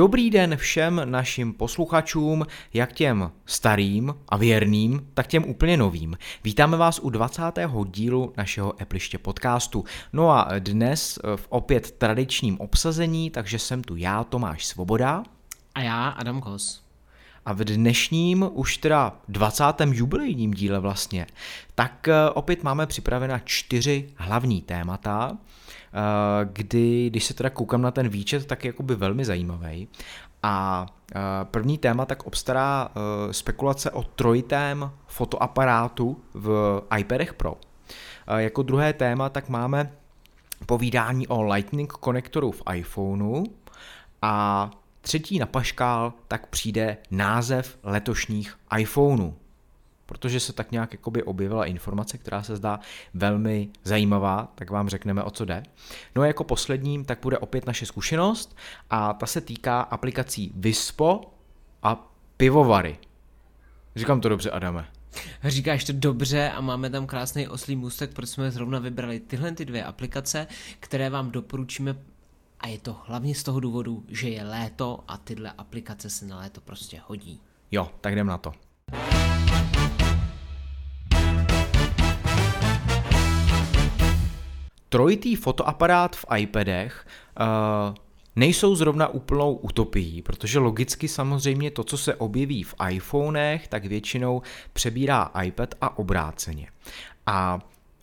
Dobrý den všem našim posluchačům, jak těm starým a věrným, tak těm úplně novým. Vítáme vás u 20. dílu našeho Appliště podcastu. No a dnes v opět tradičním obsazení, takže jsem tu já, Tomáš Svoboda. A já, Adam Kos. A v dnešním už teda 20. jubilejním díle vlastně, tak opět máme připravena 4 hlavní témata, když se teda koukám na ten výčet, tak je jakoby velmi zajímavý. A první téma tak obstará spekulace o trojitém fotoaparátu v iPadech Pro. Jako druhé téma tak máme povídání o Lightning konektoru v iPhoneu a třetí na paškál tak přijde název letošních iPhoneů, protože se tak nějak jakoby objevila informace, která se zdá velmi zajímavá, tak vám řekneme, o co jde. No a jako posledním tak bude opět naše zkušenost a ta se týká aplikací Vispo a Pivovary. Říkám to dobře, Adame? Říkáš to dobře a máme tam krásný oslý můstek, proč jsme zrovna vybrali tyhle ty 2 aplikace, které vám doporučíme. A je to hlavně z toho důvodu, že je léto a tyhle aplikace se na léto prostě hodí. Jo, tak jdem na to. Trojitý fotoaparát v iPadech nejsou zrovna úplnou utopií, protože logicky samozřejmě to, co se objeví v iPhonech, tak většinou přebírá iPad a obráceně. A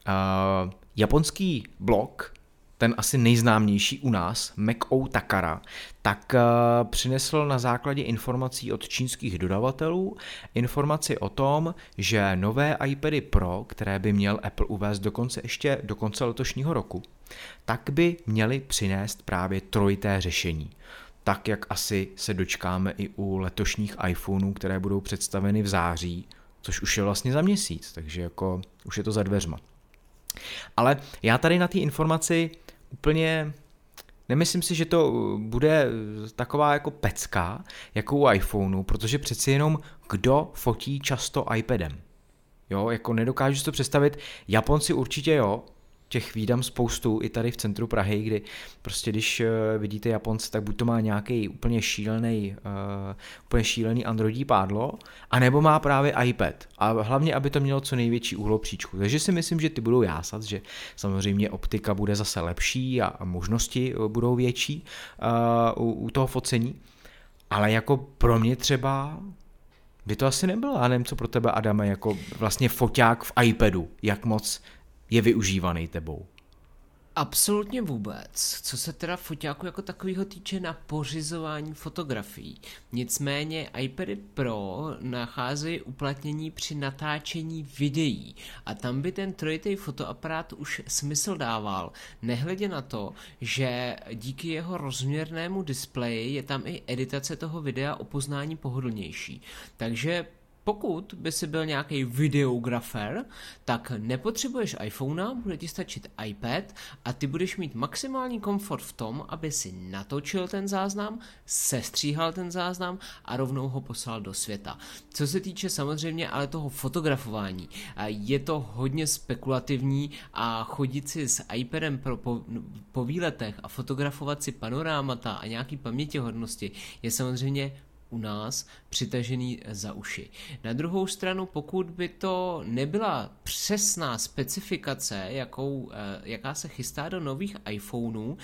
japonský blog, ten asi nejznámější u nás, Mac.o Takara, tak přinesl na základě informací od čínských dodavatelů informaci o tom, že nové iPady Pro, které by měl Apple uvést dokonce ještě do konce letošního roku, tak by měly přinést právě trojité řešení. Tak, jak asi se dočkáme i u letošních iPhoneů, které budou představeny v září, což už je vlastně za měsíc, takže jako už je to za dveřma. Ale já tady na té informaci úplně nemyslím si, že to bude taková jako pecka, jako u iPhoneu, protože přeci jenom kdo fotí často iPadem. Jo, jako nedokážu si to představit, Japonci určitě jo, těch vídám spoustu i tady v centru Prahy, kdy prostě když vidíte Japonce, tak buď to má nějaký úplně šílený androidí pádlo, anebo má právě iPad. A hlavně, aby to mělo co největší úhlopříčku. Takže si myslím, že ty budou jásat, že samozřejmě optika bude zase lepší a možnosti budou větší u toho focení. Ale jako pro mě třeba by to asi nebylo. Já nevím, co pro tebe, Adame, jako vlastně foťák v iPadu, jak moc je využívaný tebou? Absolutně vůbec, co se teda foťáku jako takového týče na pořizování fotografií. Nicméně iPady Pro nacházejí uplatnění při natáčení videí a tam by ten trojitý fotoaparát už smysl dával, nehledě na to, že díky jeho rozměrnému displeji je tam i editace toho videa o poznání pohodlnější. Takže pokud by si byl nějaký videografer, tak nepotřebuješ iPhonea, bude ti stačit iPad a ty budeš mít maximální komfort v tom, aby si natočil ten záznam, sestříhal ten záznam a rovnou ho poslal do světa. Co se týče samozřejmě ale toho fotografování, je to hodně spekulativní a chodit si s iPadem po výletech a fotografovat si panorámata a nějaký pamětihodnosti je samozřejmě u nás přitažený za uši. Na druhou stranu, pokud by to nebyla přesná specifikace, jaká se chystá do nových iPhoneů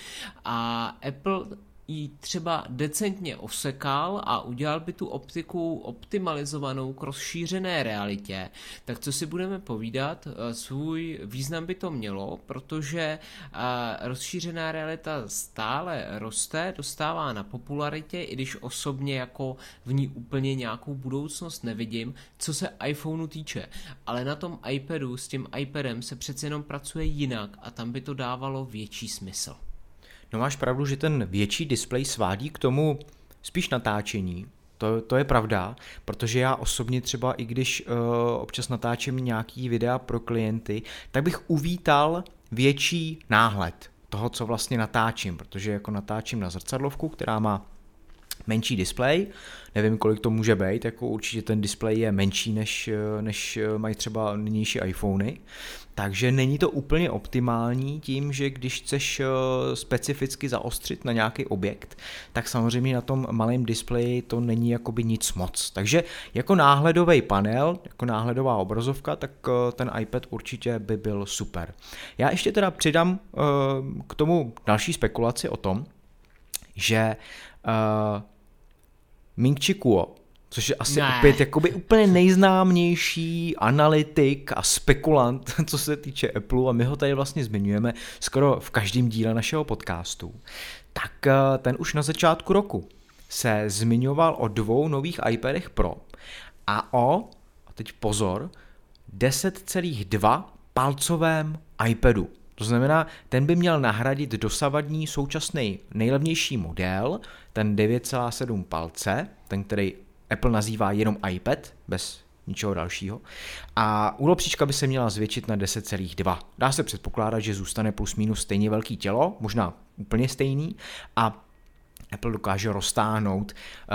a Apple ji třeba decentně osekal a udělal by tu optiku optimalizovanou k rozšířené realitě, tak co si budeme povídat, svůj význam by to mělo, protože rozšířená realita stále roste, dostává na popularitě, i když osobně jako v ní úplně nějakou budoucnost nevidím, co se iPhoneu týče. Ale na tom iPadu s tím iPadem se přece jenom pracuje jinak a tam by to dávalo větší smysl. No máš pravdu, že ten větší displej svádí k tomu spíš natáčení. To je pravda, protože já osobně třeba, i když občas natáčím nějaký videa pro klienty, tak bych uvítal větší náhled toho, co vlastně natáčím, protože jako natáčím na zrcadlovku, která má menší displej, nevím, kolik to může být, jako určitě ten displej je menší, než mají třeba nynější iPhony, takže není to úplně optimální tím, že když chceš specificky zaostřit na nějaký objekt, tak samozřejmě na tom malém displeji to není jakoby nic moc. Takže jako náhledový panel, jako náhledová obrazovka, tak ten iPad určitě by byl super. Já ještě teda přidám k tomu další spekulaci o tom, že Ming-Chi Kuo, což je asi opět jakoby úplně nejznámější analytik a spekulant, co se týče Apple, a my ho tady vlastně zmiňujeme skoro v každém díle našeho podcastu, tak ten už na začátku roku se zmiňoval o 2 nových iPadech Pro a teď pozor, 10,2 palcovém iPadu. To znamená, ten by měl nahradit dosavadní současný nejlevnější model, ten 9,7 palce, ten, který Apple nazývá jenom iPad, bez ničeho dalšího. A úhlopříčka by se měla zvětšit na 10,2. Dá se předpokládat, že zůstane plus minus stejně velký tělo, možná úplně stejný, a Apple dokáže roztáhnout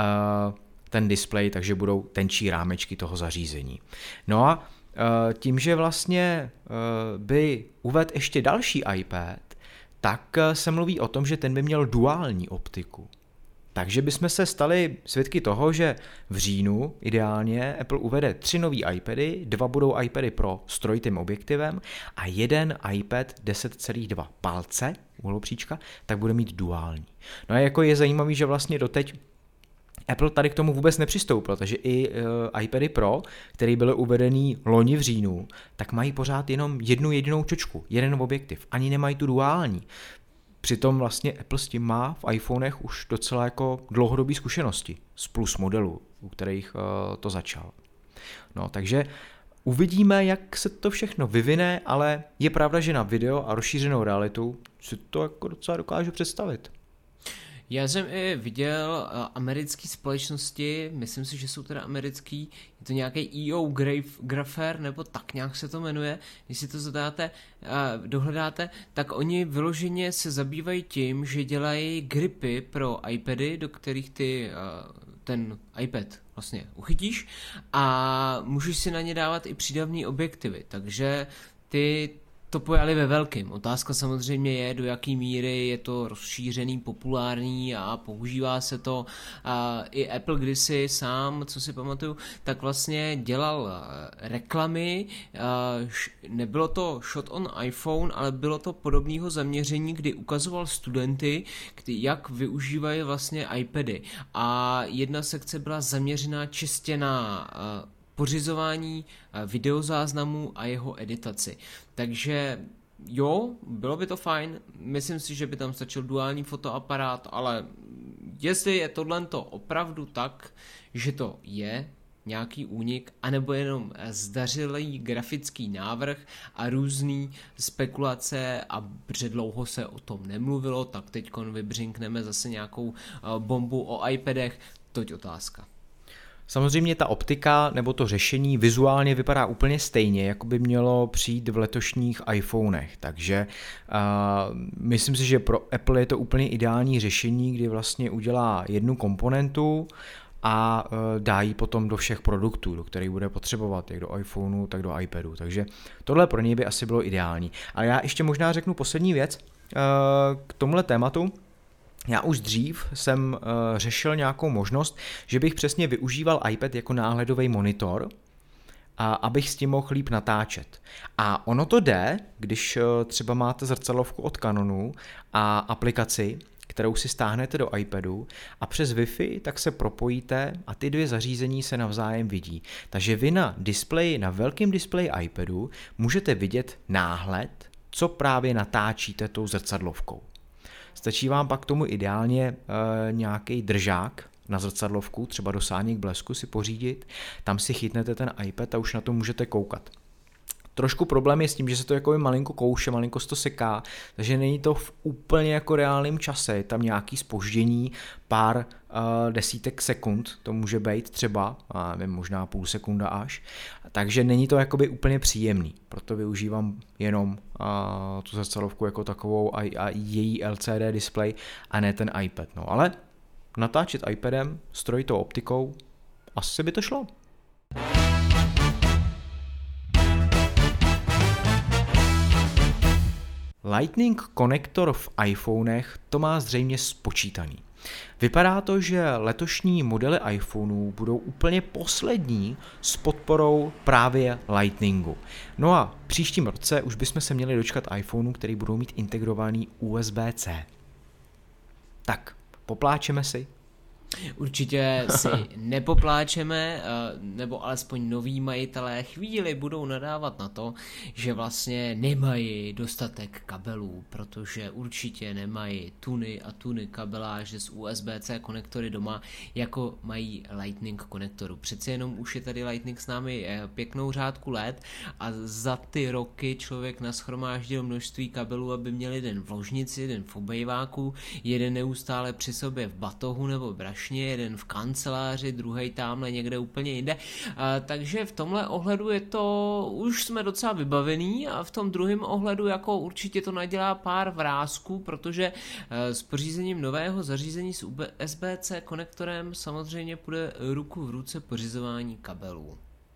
ten displej, takže budou tenčí rámečky toho zařízení. No a tím, že vlastně by uvedl ještě další iPad, tak se mluví o tom, že ten by měl duální optiku. Takže bychom se stali svědky toho, že v říjnu ideálně Apple uvede 3 nový iPady, 2 budou iPady Pro s trojitým objektivem a jeden iPad 10,2 palce, úhlopříčka, tak bude mít duální. No a jako je zajímavý, že vlastně doteď Apple tady k tomu vůbec nepřistoupil, takže i iPady Pro, které byly uvedený loni v říjnu, tak mají pořád jenom jednu jedinou čočku, jeden objektiv, ani nemají tu duální. Přitom vlastně Apple s tím má v iPhonech už docela jako dlouhodobé zkušenosti z Plus modelu, u kterých to začal. No, takže uvidíme, jak se to všechno vyvine, ale je pravda, že na video a rozšířenou realitu si to jako docela dokážu představit. Já jsem i viděl americké společnosti, myslím si, že jsou teda americký, je to nějaký EO Grapher, nebo tak nějak se to jmenuje, když si to zadáte, dohledáte, tak oni vyloženě se zabývají tím, že dělají gripy pro iPady, do kterých ty ten iPad vlastně uchytíš a můžeš si na ně dávat i přídavné objektivy, takže ty to pojali ve velkým. Otázka samozřejmě je, do jaký míry je to rozšířený, populární a používá se to. I Apple kdysi sám, co si pamatuju, tak vlastně dělal reklamy. Nebylo to shot on iPhone, ale bylo to podobného zaměření, kdy ukazoval studenty, jak využívají vlastně iPady. A jedna sekce byla zaměřená čistě na pořizování videozáznamů a jeho editaci. Takže jo, bylo by to fajn, myslím si, že by tam stačil duální fotoaparát, ale jestli je tohleto opravdu tak, že to je nějaký únik, anebo jenom zdařilý grafický návrh a různý spekulace a předlouho se o tom nemluvilo, tak teďkon vybřinkneme zase nějakou bombu o iPadech, toť otázka. Samozřejmě ta optika nebo to řešení vizuálně vypadá úplně stejně, jako by mělo přijít v letošních iPhonech, takže myslím si, že pro Apple je to úplně ideální řešení, kdy vlastně udělá jednu komponentu a dá ji potom do všech produktů, do kterých bude potřebovat, jak do iPhoneu, tak do iPadu, takže tohle pro něj by asi bylo ideální. Ale já ještě možná řeknu poslední věc k tomuhle tématu. Já už dřív jsem řešil nějakou možnost, že bych přesně využíval iPad jako náhledový monitor, a abych s tím mohl líp natáčet. A ono to jde, když třeba máte zrcadlovku od Canonu a aplikaci, kterou si stáhnete do iPadu a přes Wi-Fi tak se propojíte a ty dvě zařízení se navzájem vidí. Takže vy na displeji, na velkém displeji iPadu můžete vidět náhled, co právě natáčíte tou zrcadlovkou. Stačí vám pak k tomu ideálně nějaký držák na zrcadlovku, třeba dosáhněk blesku si pořídit, tam si chytnete ten iPad a už na to můžete koukat. Trošku problém je s tím, že se to jako malinko kouše, malinko se to seká, takže není to v úplně jako reálném čase, je tam nějaký zpoždění, pár desítek sekund, to může být třeba, nevím, možná půl sekunda až, takže není to jakoby úplně příjemný, proto využívám jenom tu zrcadlovku jako takovou a její LCD display a ne ten iPad, no ale natáčet iPadem s trojitou optikou, asi by to šlo. Lightning konektor v iPhonech to má zřejmě spočítaný. Vypadá to, že letošní modely iPhoneů budou úplně poslední s podporou právě Lightningu. No a příštím roce už bychom se měli dočkat iPhoneů, který budou mít integrovaný USB-C. Tak, popláčeme si. Určitě si nepopláčeme, nebo alespoň noví majitelé chvíli budou nadávat na to, že vlastně nemají dostatek kabelů, protože určitě nemají tuny a tuny kabeláže z USB-C konektory doma, jako mají Lightning konektoru. Přece jenom už je tady Lightning s námi pěknou řádku let a za ty roky člověk nashromáždil množství kabelů, aby měl jeden v ložnici, jeden v obejváku, jeden neustále při sobě v batohu nebo brašně, jeden v kanceláři, druhej tamhle někde úplně jinde. Takže v tomhle ohledu je to, už jsme docela vybavení a v tom druhém ohledu jako určitě to nadělá pár vrásků, protože s pořízením nového zařízení s USB-C konektorem samozřejmě půjde ruku v ruce pořizování kabelů.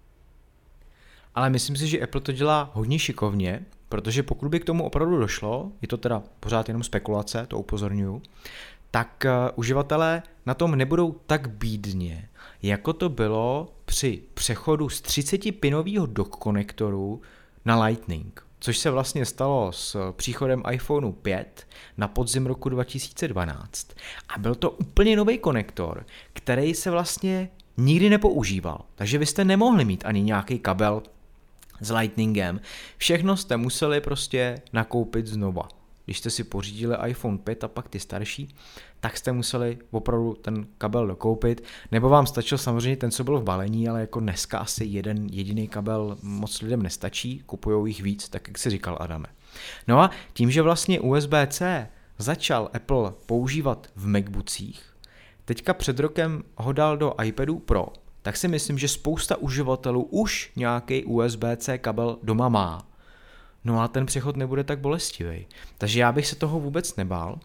Ale myslím si, že Apple to dělá hodně šikovně, protože pokud by k tomu opravdu došlo, je to teda pořád jenom spekulace, to upozorňuju, tak uživatelé na tom nebudou tak bídně, jako to bylo při přechodu z 30-pinového dock konektoru na Lightning, což se vlastně stalo s příchodem iPhoneu 5 na podzim roku 2012. A byl to úplně nový konektor, který se vlastně nikdy nepoužíval, takže vy jste nemohli mít ani nějaký kabel s Lightningem, všechno jste museli prostě nakoupit znova. Když jste si pořídili iPhone 5 a pak ty starší, tak jste museli opravdu ten kabel dokoupit, nebo vám stačil samozřejmě ten, co byl v balení, ale jako dneska asi jeden jediný kabel moc lidem nestačí, kupujou jich víc, tak jak si říkal Adame. No a tím, že vlastně USB-C začal Apple používat v MacBookích, teďka před rokem ho dal do iPadu Pro, tak si myslím, že spousta uživatelů už nějaký USB-C kabel doma má. No a ten přechod nebude tak bolestivý. Takže já bych se toho vůbec nebál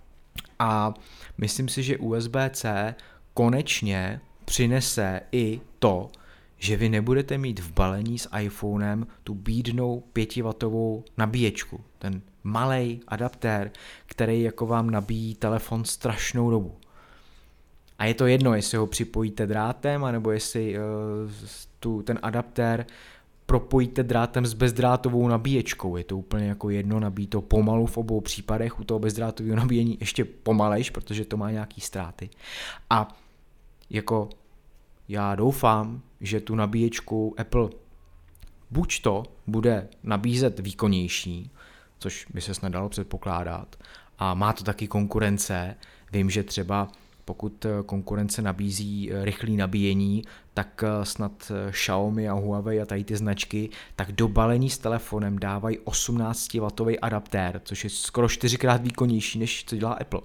a myslím si, že USB-C konečně přinese i to, že vy nebudete mít v balení s iPhonem tu bídnou 5W nabíječku. Ten malej adaptér, který jako vám nabíjí telefon strašnou dobu. A je to jedno, jestli ho připojíte drátem, anebo jestli ten adaptér propojíte drátem s bezdrátovou nabíječkou. Je to úplně jako jedno, nabíjí to pomalu v obou případech, u toho bezdrátového nabíjení ještě pomalejš, protože to má nějaký ztráty. A jako já doufám, že tu nabíječku Apple buď to bude nabízet výkonnější, což by se snad dalo předpokládat, a má to taky konkurence. Vím, že třeba pokud konkurence nabízí rychlé nabíjení, tak snad Xiaomi a Huawei a tady ty značky, tak do balení s telefonem dávají 18W adaptér, což je skoro 4x výkonnější, než co dělá Apple.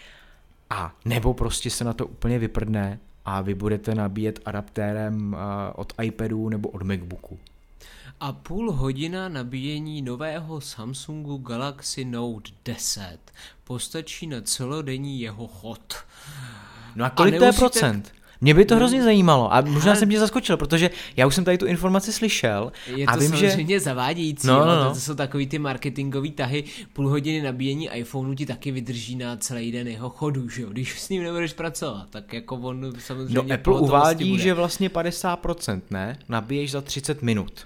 A nebo prostě se na to úplně vyprdne a vy budete nabíjet adaptérem od iPadu nebo od MacBooku. A půl hodina nabíjení nového Samsungu Galaxy Note 10 postačí na celodenní jeho chod. No a kolik to je procent? Mě by to hrozně zajímalo a možná jsem tě zaskočil, protože já už jsem tady tu informaci slyšel. Je a to vím, samozřejmě zavádějící, no. To jsou takový ty marketingový tahy, půl hodiny nabíjení iPhoneu ti taky vydrží na celý den jeho chodu, že jo? Když s ním nebudeš pracovat, tak jako on samozřejmě... No Apple uvádí, že vlastně 50%, ne? Nabíješ za 30 minut.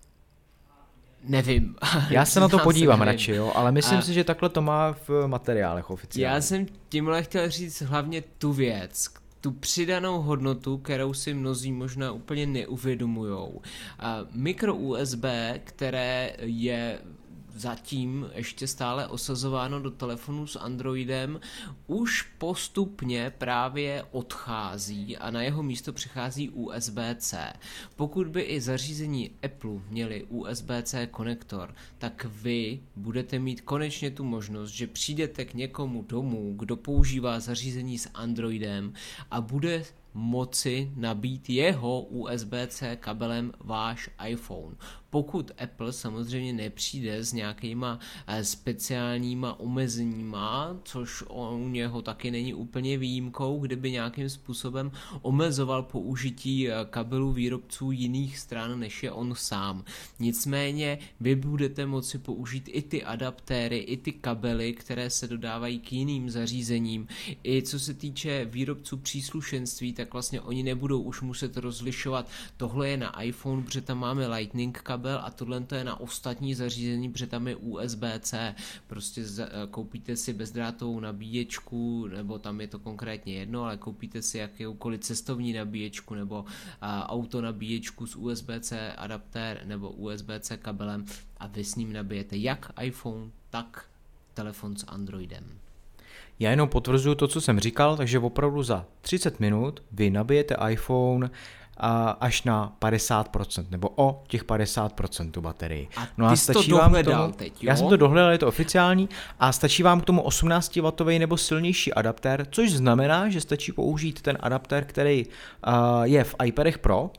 Nevím. Já se na to podívám radši, jo, ale myslím si, že takhle to má v materiálech oficiálně. Já jsem tímhle chtěl říct hlavně tu věc, tu přidanou hodnotu, kterou si mnozí možná úplně neuvědomujou. Micro USB, které je zatím ještě stále osazováno do telefonu s Androidem, už postupně právě odchází a na jeho místo přichází USB-C. Pokud by i zařízení Apple měli USB-C konektor, tak vy budete mít konečně tu možnost, že přijdete k někomu domů, kdo používá zařízení s Androidem a bude moci nabít jeho USB-C kabelem váš iPhone. pokud Apple samozřejmě nepřijde s nějakýma speciálníma omezeníma, což u něho taky není úplně výjimkou, kdyby nějakým způsobem omezoval použití kabelů výrobců jiných stran, než je on sám. Nicméně vy budete moci použít i ty adaptéry, i ty kabely, které se dodávají k jiným zařízením. I co se týče výrobců příslušenství, tak vlastně oni nebudou už muset rozlišovat, tohle je na iPhone, protože tam máme Lightning kabel a tohle to je na ostatní zařízení, protože tam je USB-C. Prostě koupíte si bezdrátovou nabíječku, nebo tam je to konkrétně jedno, ale koupíte si jakoukoliv cestovní nabíječku nebo auto nabíječku s USB-C adaptér nebo USB-C kabelem a vy s ním nabijete jak iPhone, tak telefon s Androidem. Já jenom potvrzuju to, co jsem říkal, takže opravdu za 30 minut vy nabijete iPhone až na 50%, nebo o těch 50% tu baterii. A ty jsi to dohledal teď, jo? Já jsem to dohledal, je to oficiální a stačí vám k tomu 18W nebo silnější adaptér, což znamená, že stačí použít ten adaptér, který je v iPadech Pro.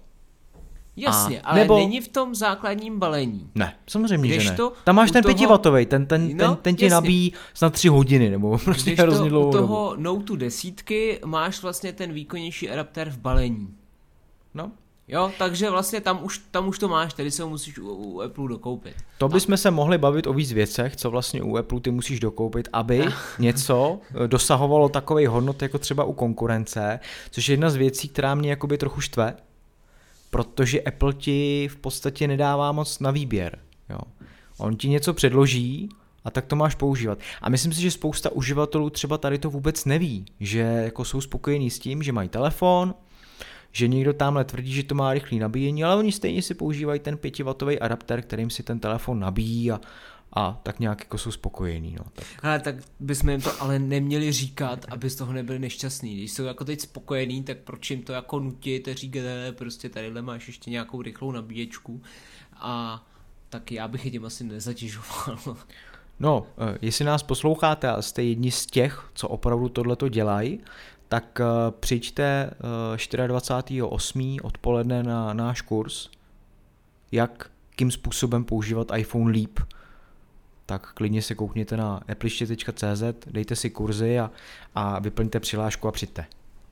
Jasně, ale není v tom základním balení. Ne, samozřejmě, že ne. Tam máš ten 5W, ten ti nabíjí snad 3 hodiny, nebo prostě hrozně dlouho. U toho Note 10 máš vlastně ten výkonnější adaptér v balení. No. Jo, takže vlastně tam už to máš, tady se ho musíš u Apple dokoupit. To bychom se mohli bavit o víc věcech, co vlastně u Apple ty musíš dokoupit, aby něco dosahovalo takovej hodnot jako třeba u konkurence, což je jedna z věcí, která mě jakoby trochu štve, protože Apple ti v podstatě nedává moc na výběr. Jo. On ti něco předloží a tak to máš používat. A myslím si, že spousta uživatelů třeba tady to vůbec neví, že jako jsou spokojení s tím, že mají telefon, že někdo tamhle tvrdí, že to má rychlé nabíjení, ale oni stejně si používají ten 5W adaptér, kterým si ten telefon nabíjí a tak nějak jako jsou spokojení. No. Ale tak bychom jim to ale neměli říkat, aby z toho nebyli nešťastní. Když jsou jako teď spokojení, tak proč jim to jako nutit a říkat, prostě tadyhle máš ještě nějakou rychlou nabíječku a tak já bych je tím asi nezatěžoval. No, jestli nás posloucháte a jste jedni z těch, co opravdu tohleto dělají, tak přijďte 24.8. odpoledne na náš kurz, jakým způsobem používat iPhone líp. Tak klidně se koukněte na appliště.cz, dejte si kurzy a vyplňte přihlášku a přijďte.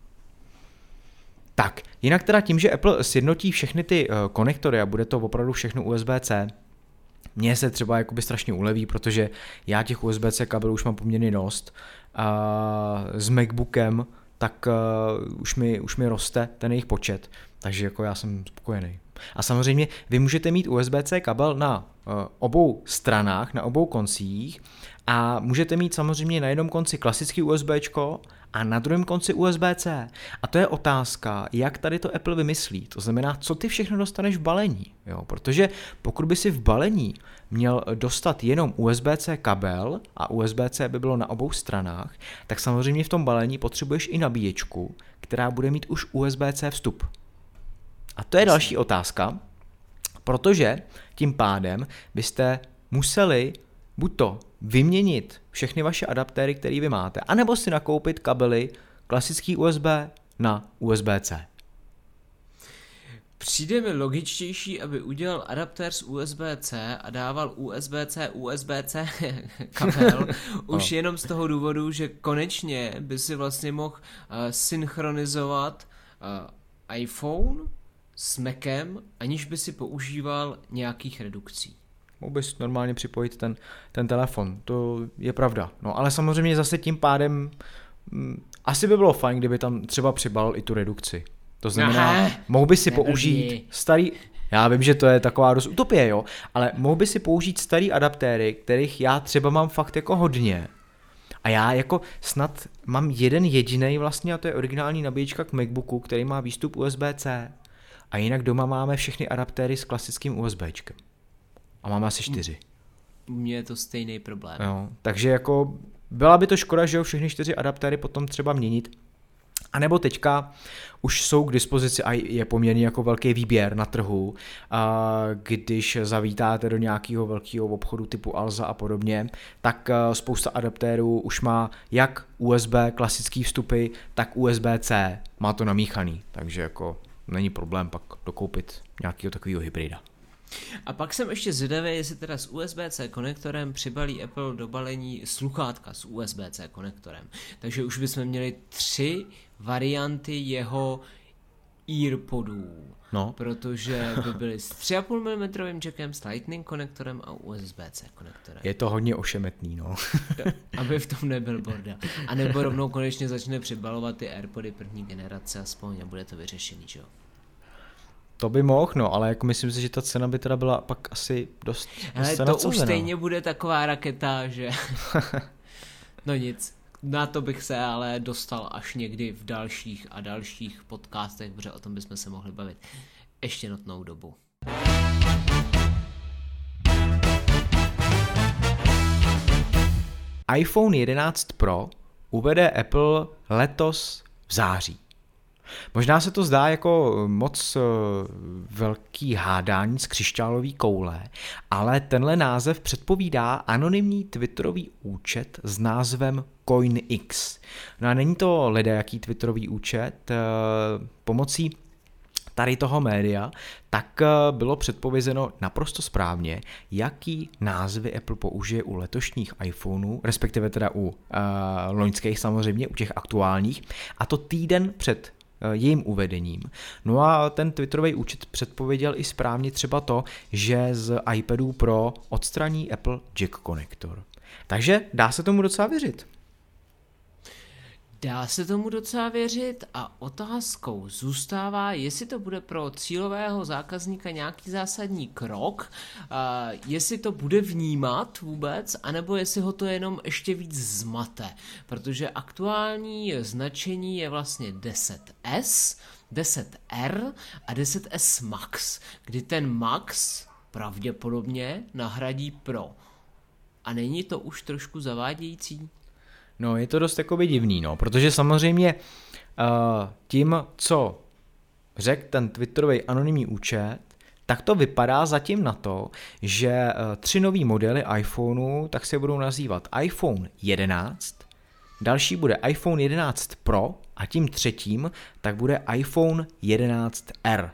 Tak, jinak teda tím, že Apple sjednotí všechny ty konektory a bude to opravdu všechno USB-C, mně se třeba jakoby strašně uleví, protože já těch USB-C kabelů už mám poměrně dost. S MacBookem tak už mi roste ten jejich počet, takže jako já jsem spokojený. A samozřejmě vy můžete mít USB-C kabel na obou stranách, na obou koncích a můžete mít samozřejmě na jednom konci klasický USBčko a na druhém konci USB-C. A to je otázka, jak tady to Apple vymyslí. To znamená, co ty všechno dostaneš v balení. Jo? Protože pokud by si v balení měl dostat jenom USB-C kabel a USB-C by bylo na obou stranách, tak samozřejmě v tom balení potřebuješ i nabíječku, která bude mít už USB-C vstup. A to je další otázka, protože tím pádem byste museli buď to vyměnit všechny vaše adaptéry, které vy máte, anebo si nakoupit kabely klasický USB na USB-C. Přijde mi logičtější, aby udělal adaptér z USB-C a dával USB-C kabel, už jenom z toho důvodu, že konečně by si vlastně mohl synchronizovat iPhone s Macem, aniž by si používal nějakých redukcí. Mohl bys normálně připojit ten telefon, to je pravda. No ale samozřejmě zase tím pádem asi by bylo fajn, kdyby tam třeba přibalil i tu redukci. To znamená, mohl by si použít starý, já vím, že to je taková dost utopie, jo, ale mohl by si použít starý adaptéry, kterých já třeba mám fakt jako hodně. A já jako snad mám jeden jedinej vlastně a to je originální nabíječka k MacBooku, který má výstup USB-C. A jinak doma máme všechny adaptéry s klasickým USBčkem. A máme asi 4. U mě je to stejný problém. Jo, takže jako byla by to škoda, že všechny 4 adaptéry potom třeba měnit. A nebo teďka už jsou k dispozici a je poměrně jako velký výběr na trhu, když zavítáte do nějakého velkého obchodu typu Alza a podobně, tak spousta adaptérů už má jak USB klasický vstupy, tak USB-C, má to namíchaný, takže jako není problém pak dokoupit nějakého takového hybrida. A pak jsem ještě zvědavý, jestli teda s USB-C konektorem přibalí Apple do balení sluchátka s USB-C konektorem. Takže už bychom měli 3 varianty jeho earpodů. No. Protože by byly s 3,5 mm jackem, s Lightning konektorem a USB-C konektorem. Je to hodně ošemetný, no. Aby v tom nebyl bordel. A nebo rovnou konečně začne přibalovat ty AirPody první generace aspoň a bude to vyřešený, že jo? To by mohl, no, ale jako myslím si, že ta cena by teda byla pak asi dost Ale to už stejně bude taková raketa, že... No nic. Na to bych se ale dostal až někdy v dalších a dalších podcastech, protože o tom bychom se mohli bavit ještě notnou dobu. iPhone 11 Pro uvede Apple letos v září. Možná se to zdá jako moc velký hádání z křišťálové koule, ale tenhle název předpovídá anonymní twitterový účet s názvem CoinX. No a není to ledajaký twitterový účet, pomocí tady toho média, tak bylo předpovězeno naprosto správně, jaký názvy Apple použije u letošních iPhoneů, respektive teda u loňských samozřejmě, u těch aktuálních, a to týden před jejím uvedením. No a ten twitterový účet předpověděl i správně třeba to, že z iPadu Pro odstraní Apple jack konektor. Takže dá se tomu docela věřit. Dá se tomu docela věřit a otázkou zůstává, jestli to bude pro cílového zákazníka nějaký zásadní krok, jestli to bude vnímat vůbec, anebo jestli ho to jenom ještě víc zmate, protože aktuální značení je vlastně 10S, 10R a 10S Max, kdy ten Max pravděpodobně nahradí Pro. A není to už trošku zavádějící? No, je to dost jakoby divný, no, protože samozřejmě tím, co řekl ten twitterový anonymní účet, tak to vypadá zatím na to, že 3 nový modely iPhoneu tak se budou nazývat iPhone 11, další bude iPhone 11 Pro a tím třetím tak bude iPhone 11R.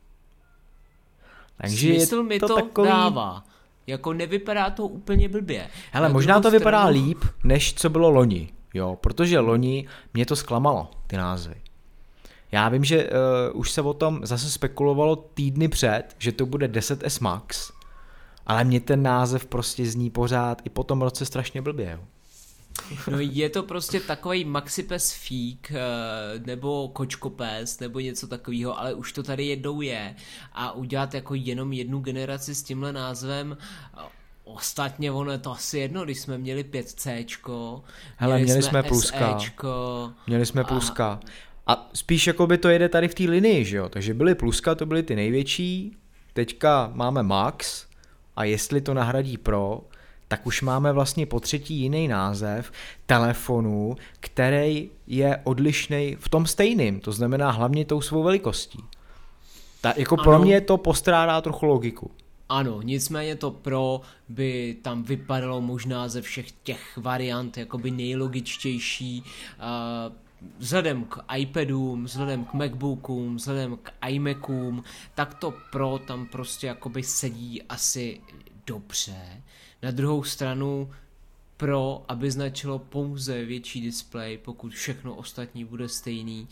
Takže smysl mi to takový... dává. Jako nevypadá to úplně blbě. Hele, možná to vypadá líp, než co bylo loni, jo, protože loni mě to zklamalo, ty názvy. Já vím, že už se o tom zase spekulovalo týdny před, že to bude 10S Max, ale mě ten název prostě zní pořád i po tom roce strašně blbě, jo. No je to prostě takovej Maxipes Fík nebo Kočkopes nebo něco takového, ale už to tady jednou je a udělat jako jenom jednu generaci s tímhle názvem, ostatně ono je to asi jedno, když jsme měli 5Cčko, měli jsme pluska, měli jsme pluska a spíš jako by to jede tady v té linii, že jo, takže byly pluska, to byly ty největší, teďka máme Max a jestli to nahradí Pro, tak už máme vlastně po třetí jiný název telefonu, který je odlišný v tom stejným, to znamená hlavně tou svou velikostí. Jako pro mě to postrádá trochu logiku. Ano, nicméně to Pro by tam vypadalo možná ze všech těch variant jakoby nejlogičtější, vzhledem k iPadům, vzhledem k MacBookům, vzhledem k iMacům, tak to Pro tam prostě jakoby sedí asi dobře. Na druhou stranu Pro, aby značilo pouze větší displej, pokud všechno ostatní bude stejný.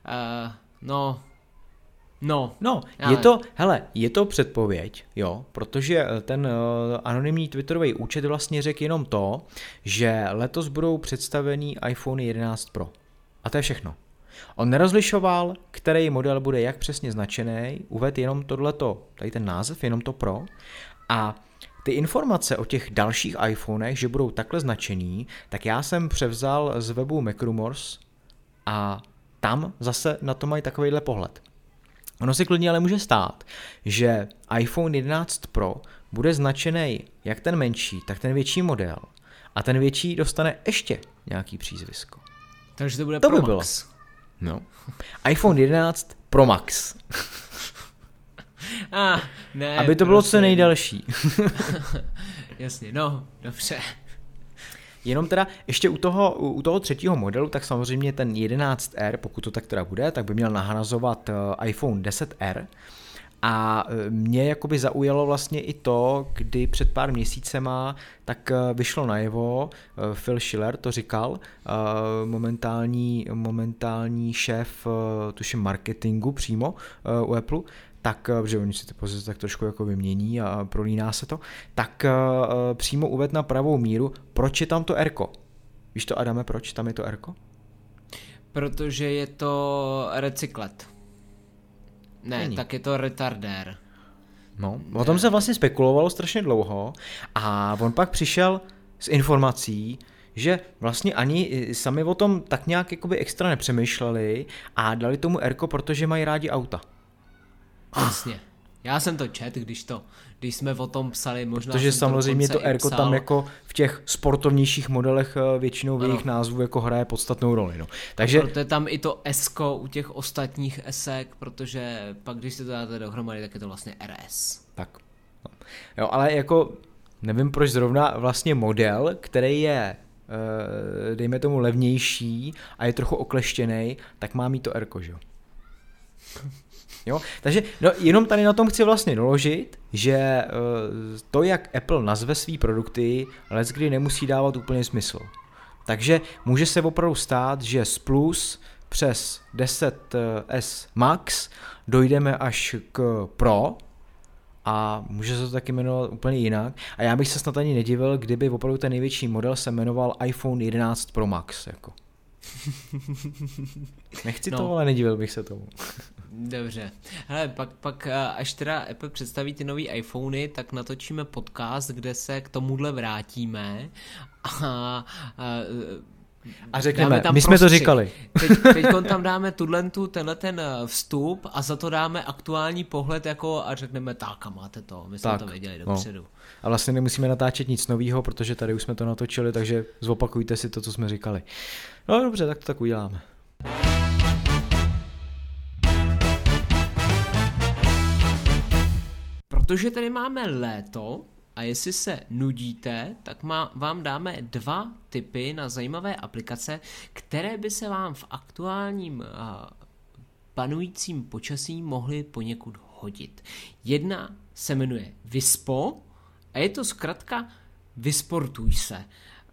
Je to předpověď, jo, protože ten anonymní twitterový účet vlastně řekl jenom to, že letos budou představený iPhone 11 Pro. A to je všechno. On nerozlišoval, který model bude jak přesně značený, uvedl jenom tohleto, tady ten název, jenom to Pro. A ty informace o těch dalších iPhonech, že budou takhle značený, tak já jsem převzal z webu MacRumors a tam zase na to mají takovýhle pohled. Ono si klidně ale může stát, že iPhone 11 Pro bude značený jak ten menší, tak ten větší model a ten větší dostane ještě nějaký přízvisko. Takže to bude to Pro by Max. Bylo. No. iPhone 11 Pro Max. Ne, aby to bylo co nejdelší. Jasně, no, dobře. Jenom teda ještě u toho třetího modelu, tak samozřejmě ten 11R, pokud to tak teda bude, tak by měl nahrazovat iPhone 10R A mě jakoby zaujalo vlastně i to, kdy před pár měsícema tak vyšlo najevo, Phil Schiller to říkal, momentální šéf, tuším marketingu přímo u Apple, tak, protože oni si ty pozice tak trošku jako vymění a prolíná se to, tak přímo uvedl na pravou míru, proč je tam to R-ko. Víš to, Adame, proč tam je to R-ko? Protože je to recyklet. Ne, Není. tak je to retardér. No, o tom se vlastně spekulovalo strašně dlouho a on pak přišel s informací, že vlastně ani sami o tom tak nějak jakoby extra nepřemýšleli a dali tomu R-ko, protože mají rádi auta. Jasně. Já jsem to čet, když jsme o tom psali, možná protože jsem samozřejmě to dokonce i R-ko psal. tam jako v těch sportovnějších modelech většinou v jejich názvu jako hraje podstatnou roli. No. Takže proto je tam i to S-ko u těch ostatních S-ek, protože pak když si to dáte dohromady, tak je to vlastně RS. tak. No. Jo, ale jako nevím proč zrovna vlastně model, který je dejme tomu levnější a je trochu okleštěnej, tak má mít to R-ko, že jo? Jo, takže no, jenom tady na tom chci vlastně doložit, že to, jak Apple nazve svý produkty, leckdy nemusí dávat úplně smysl. Takže může se opravdu stát, že z Plus přes 10S Max dojdeme až k Pro a může se to taky jmenovat úplně jinak. A já bych se snad ani nedivil, kdyby opravdu ten největší model se jmenoval iPhone 11 Pro Max. Jako. Nechci to, ale nedivil bych se tomu. Dobře. Hele, pak až teda Apple představí ty nový iPhony, tak natočíme podcast, kde se k tomuhle vrátíme a řekneme, my jsme to říkali. Teď tam dáme tenhle ten vstup a za to dáme aktuální pohled jako a řekneme tak a máte to, my jsme to věděli dopředu. A vlastně nemusíme natáčet nic nového, protože tady už jsme to natočili, takže zopakujte si to, co jsme říkali. No dobře, tak to tak uděláme. Protože tady máme léto a jestli se nudíte, tak vám dáme 2 tipy na zajímavé aplikace, které by se vám v aktuálním panujícím počasí mohly poněkud hodit. Jedna se jmenuje Vispo a je to zkratka Vysportuj se.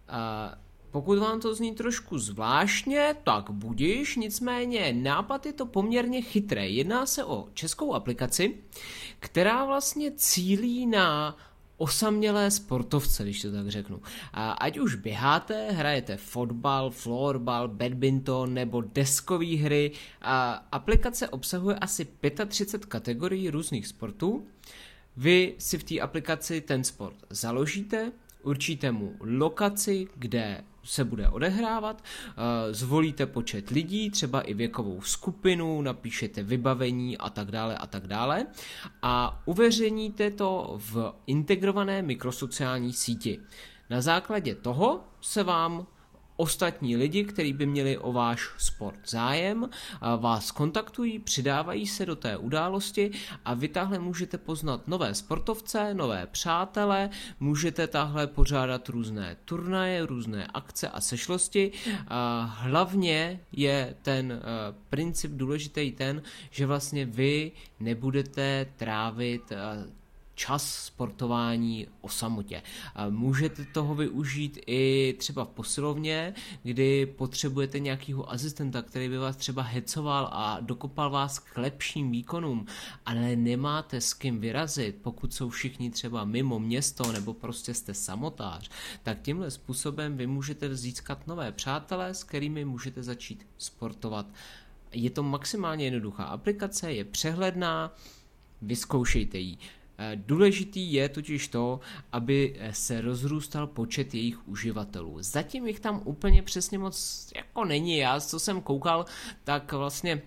Pokud vám to zní trošku zvláštně, tak budiš, nicméně nápad je to poměrně chytrý. Jedná se o českou aplikaci, která vlastně cílí na osamělé sportovce, když to tak řeknu. Ať už běháte, hrajete fotbal, florbal, badminton nebo deskové hry, aplikace obsahuje asi 35 kategorií různých sportů. Vy si v té aplikaci ten sport založíte, určíte mu lokaci, kde se bude odehrávat, zvolíte počet lidí, třeba i věkovou skupinu, napíšete vybavení a tak dále a uveřejníte to v integrované mikrosociální síti. Na základě toho se vám ostatní lidi, kteří by měli o váš sport zájem, vás kontaktují, přidávají se do té události a vy tahle můžete poznat nové sportovce, nové přátele, můžete tahle pořádat různé turnaje, různé akce a sešlosti. Hlavně je ten princip důležitý ten, že vlastně vy nebudete trávit čas sportování o samotě. Můžete toho využít i třeba v posilovně, kdy potřebujete nějakého asistenta, který by vás třeba hecoval a dokopal vás k lepším výkonům, ale nemáte s kým vyrazit, pokud jsou všichni třeba mimo město nebo prostě jste samotář, tak tímhle způsobem vy můžete získat nové přátelé, s kterými můžete začít sportovat. Je to maximálně jednoduchá aplikace, je přehledná, vyzkoušejte ji. Důležitý je totiž to, aby se rozrůstal počet jejich uživatelů. Zatím jich tam úplně přesně moc jako není. Já, co jsem koukal, tak vlastně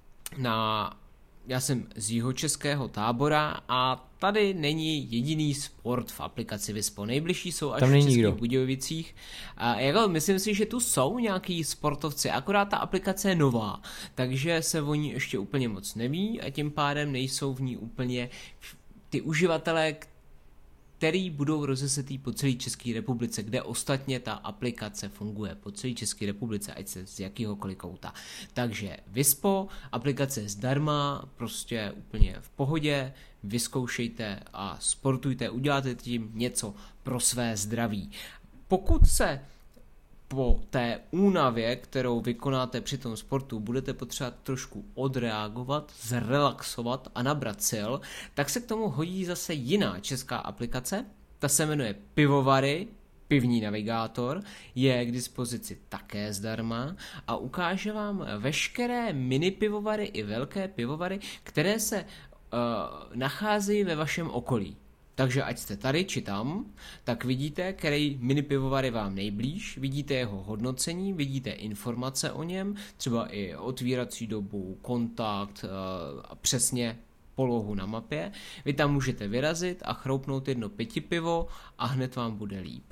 já jsem z jihočeského Tábora a tady není jediný sport v aplikaci Vispo. Nejbližší jsou až v Českých Budějovicích. Myslím si, že tu jsou nějaký sportovci, akorát ta aplikace je nová, takže se o ní ještě úplně moc neví a tím pádem nejsou v ní úplně ty uživatelé, který budou rozesetý po celé České republice, kde ostatně ta aplikace funguje po celé České republice, ať se z jakýhokoliv kouta. Takže Vispo, aplikace je zdarma, prostě úplně v pohodě, vyzkoušejte a sportujte, uděláte tím něco pro své zdraví. Pokud se po té únavě, kterou vykonáte při tom sportu, budete potřebovat trošku odreagovat, zrelaxovat a nabrat sil, tak se k tomu hodí zase jiná česká aplikace, ta se jmenuje Pivovary, Pivní navigátor, je k dispozici také zdarma a ukáže vám veškeré mini pivovary i velké pivovary, které se nacházejí ve vašem okolí. Takže ať jste tady či tam, tak vidíte, který mini pivovar je vám nejblíž, vidíte jeho hodnocení, vidíte informace o něm, třeba i otvírací dobu, kontakt a přesně polohu na mapě. Vy tam můžete vyrazit a chroupnout jedno pivo a hned vám bude líp.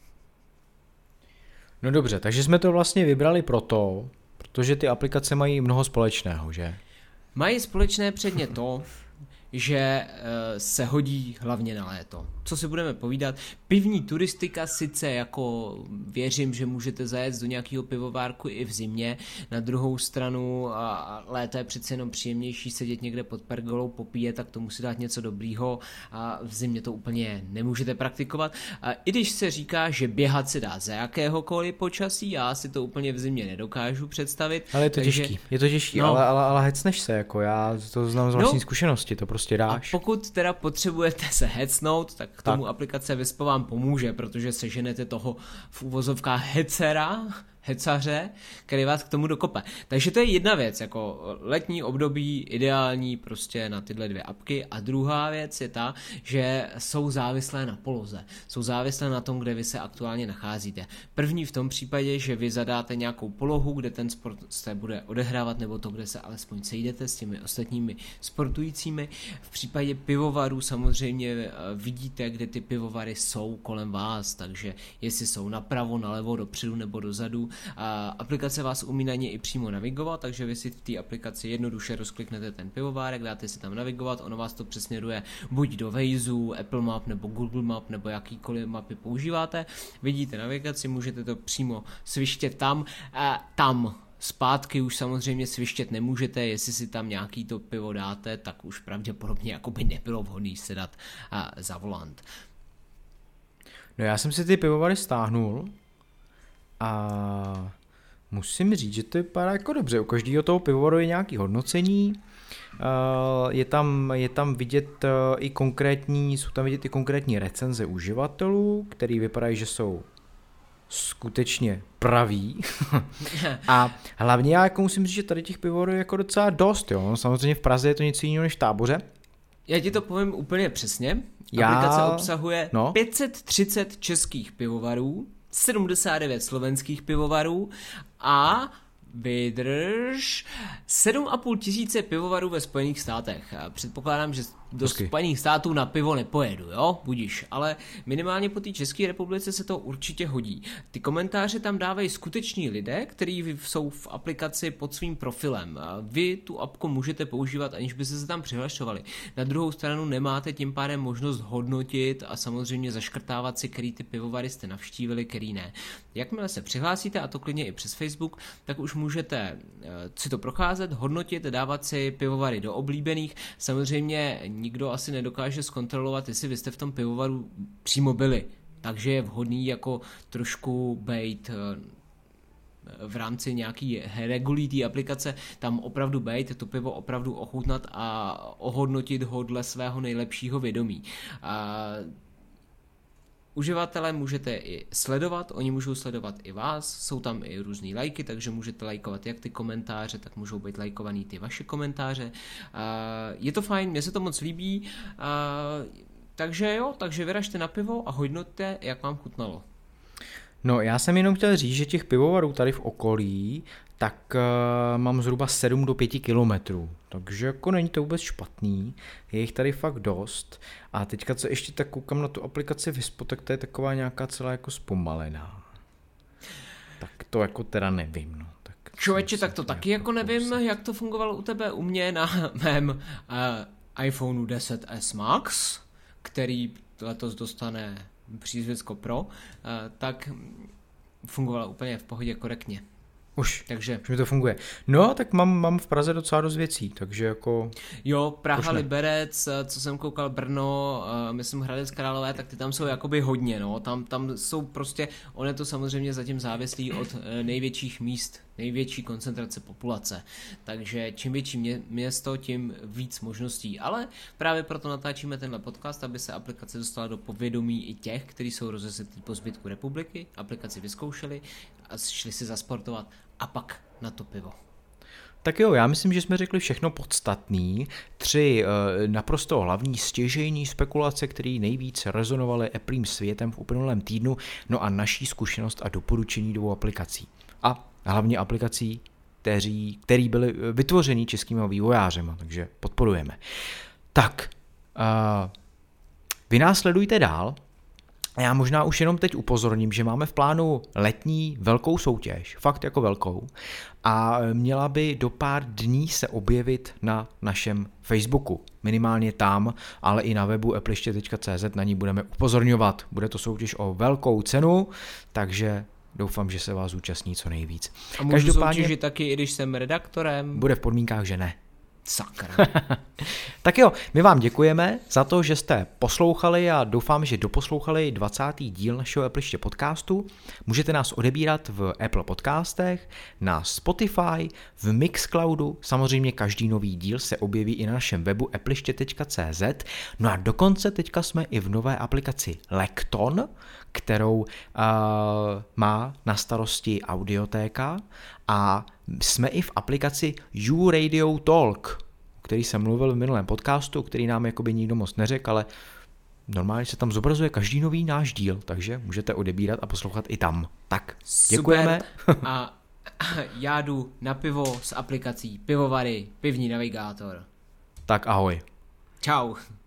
No dobře, takže jsme to vlastně vybrali protože ty aplikace mají mnoho společného, že? Mají společné předně to, že se hodí hlavně na léto. Co si budeme povídat, pivní turistika sice jako věřím, že můžete zajet do nějakého pivovárku i v zimě, na druhou stranu léto je přece jenom příjemnější sedět někde pod pergolou, popíjet, tak to musí dát něco dobrýho a v zimě to úplně nemůžete praktikovat. A i když se říká, že běhat se dá za jakéhokoliv počasí, já si to úplně v zimě nedokážu představit. Ale je to těžký, no. ale hecneš se, jako já to znám z vlastní zkušenosti, to prostě dáš. A pokud teda potřebujete se hecnout, tak k tomu aplikace Vispo vám pomůže, protože seženete toho v uvozovkách hecaře, který vás k tomu dokope. Takže to je jedna věc, jako letní období ideální prostě na tyhle dvě apky a druhá věc je ta, že jsou závislé na poloze. Jsou závislé na tom, kde vy se aktuálně nacházíte. První v tom případě, že vy zadáte nějakou polohu, kde ten sport se bude odehrávat, nebo to, kde se alespoň sejdete s těmi ostatními sportujícími. V případě pivovarů samozřejmě vidíte, kde ty pivovary jsou kolem vás, takže jestli jsou napravo, nalevo, dopředu nebo dozadu. A aplikace vás umí na ně i přímo navigovat, takže vy si v té aplikaci jednoduše rozkliknete ten pivovárek, dáte si tam navigovat, ono vás to přesměruje buď do Waze, Apple Map nebo Google Map nebo jakýkoliv mapy používáte, vidíte navigaci, můžete to přímo svištět tam a tam. Zpátky už samozřejmě svištět nemůžete, jestli si tam nějaký to pivo dáte, tak už pravděpodobně jako by nebylo vhodný se dát za volant. No já jsem si ty pivovary stáhnul a musím říct, že to vypadá jako dobře. U každého toho pivovaru je nějaké hodnocení, je tam vidět jsou tam vidět i konkrétní recenze uživatelů, který vypadají, že jsou skutečně praví. A hlavně já jako musím říct, že tady těch pivovarů je jako docela dost, jo. Samozřejmě v Praze je to něco jiného než v Táboře. Já ti to povím úplně přesně. Aplikace obsahuje 530 českých pivovarů, 79 slovenských pivovarů a vydrž 7,5 tisíce pivovarů ve Spojených státech. Předpokládám, že do Spojených států na pivo nepojedu, jo, budíš, ale minimálně po té České republice se to určitě hodí. Ty komentáře tam dávají skuteční lidé, kteří jsou v aplikaci pod svým profilem. Vy tu apku můžete používat, aniž byste se tam přihlašovali. Na druhou stranu nemáte tím pádem možnost hodnotit a samozřejmě zaškrtávat si, který ty pivovary jste navštívili, který ne. Jakmile se přihlásíte, a to klidně i přes Facebook, tak už můžete si to procházet, hodnotit, dávat si pivovary do oblíbených. Samozřejmě nikdo asi nedokáže zkontrolovat, jestli vy jste v tom pivovaru přímo byli. Takže je vhodný jako trošku bejt v rámci nějaký regulí té aplikace, tam opravdu bejt, to pivo opravdu ochutnat a ohodnotit ho dle svého nejlepšího vědomí. Uživatelé můžete i sledovat, oni můžou sledovat i vás, jsou tam i různý lajky, takže můžete lajkovat jak ty komentáře, tak můžou být lajkovaný ty vaše komentáře. Je to fajn, mně se to moc líbí, takže vyražte na pivo a hodnoťte, jak vám chutnalo. No já jsem jenom chtěl říct, že těch pivovarů tady v okolí, tak mám zhruba 7 do 5 kilometrů, takže jako není to vůbec špatný, je jich tady fakt dost a teďka co ještě tak koukám na tu aplikaci Vispo, tak to je taková nějaká celá jako zpomalená, tak to jako teda nevím, no. Člověče, tak to taky jako nevím, jak to fungovalo u tebe, u mě na mém iPhoneu 10s Max, který letos dostane přízvisko Pro, tak fungovala úplně v pohodě korektně. Už mi to funguje. No, tak mám v Praze docela dost věcí, takže jako... Jo, Praha, Liberec, co jsem koukal, Brno, myslím Hradec Králové, tak ty tam jsou jakoby hodně, no, tam jsou prostě, on je to samozřejmě zatím závislý od největších míst, největší koncentrace populace, takže čím větší město, tím víc možností, ale právě proto natáčíme tenhle podcast, aby se aplikace dostala do povědomí i těch, kteří jsou rozesetlí po zbytku republiky, aplikaci vyzkoušeli a šli si zasportovat a pak na to pivo. Tak jo, já myslím, že jsme řekli všechno podstatný. 3 naprosto hlavní stěžejní spekulace, které nejvíc rezonovaly Applem světem v uplynulém týdnu, no a naší zkušenost a doporučení 2 aplikací. A hlavně aplikací, které byly vytvořeny českými vývojářemi, takže podporujeme. Tak, vy nás sledujte dál. Já možná už jenom teď upozorním, že máme v plánu letní velkou soutěž, fakt jako velkou, a měla by do pár dní se objevit na našem Facebooku. Minimálně tam, ale i na webu appliště.cz na ní budeme upozorňovat. Bude to soutěž o velkou cenu, takže doufám, že se vás zúčastní co nejvíc. A můžu soutěžit taky, i když jsem redaktorem? Bude v podmínkách, že ne. Sakra. Tak jo, my vám děkujeme za to, že jste poslouchali a doufám, že doposlouchali 20. díl našeho Appliště podcastu. Můžete nás odebírat v Apple podcastech, na Spotify, v Mixcloudu, samozřejmě každý nový díl se objeví i na našem webu appliště.cz. No a dokonce teďka jsme i v nové aplikaci Lekton, kterou má na starosti Audiotéka, a jsme i v aplikaci YouRadio Talk, o který jsem mluvil v minulém podcastu, který nám jakoby nikdo moc neřekl, ale normálně se tam zobrazuje každý nový náš díl, takže můžete odebírat a poslouchat i tam. Tak, děkujeme. Super. A já jdu na pivo s aplikací Pivovary, pivní navigátor. Tak ahoj. Čau.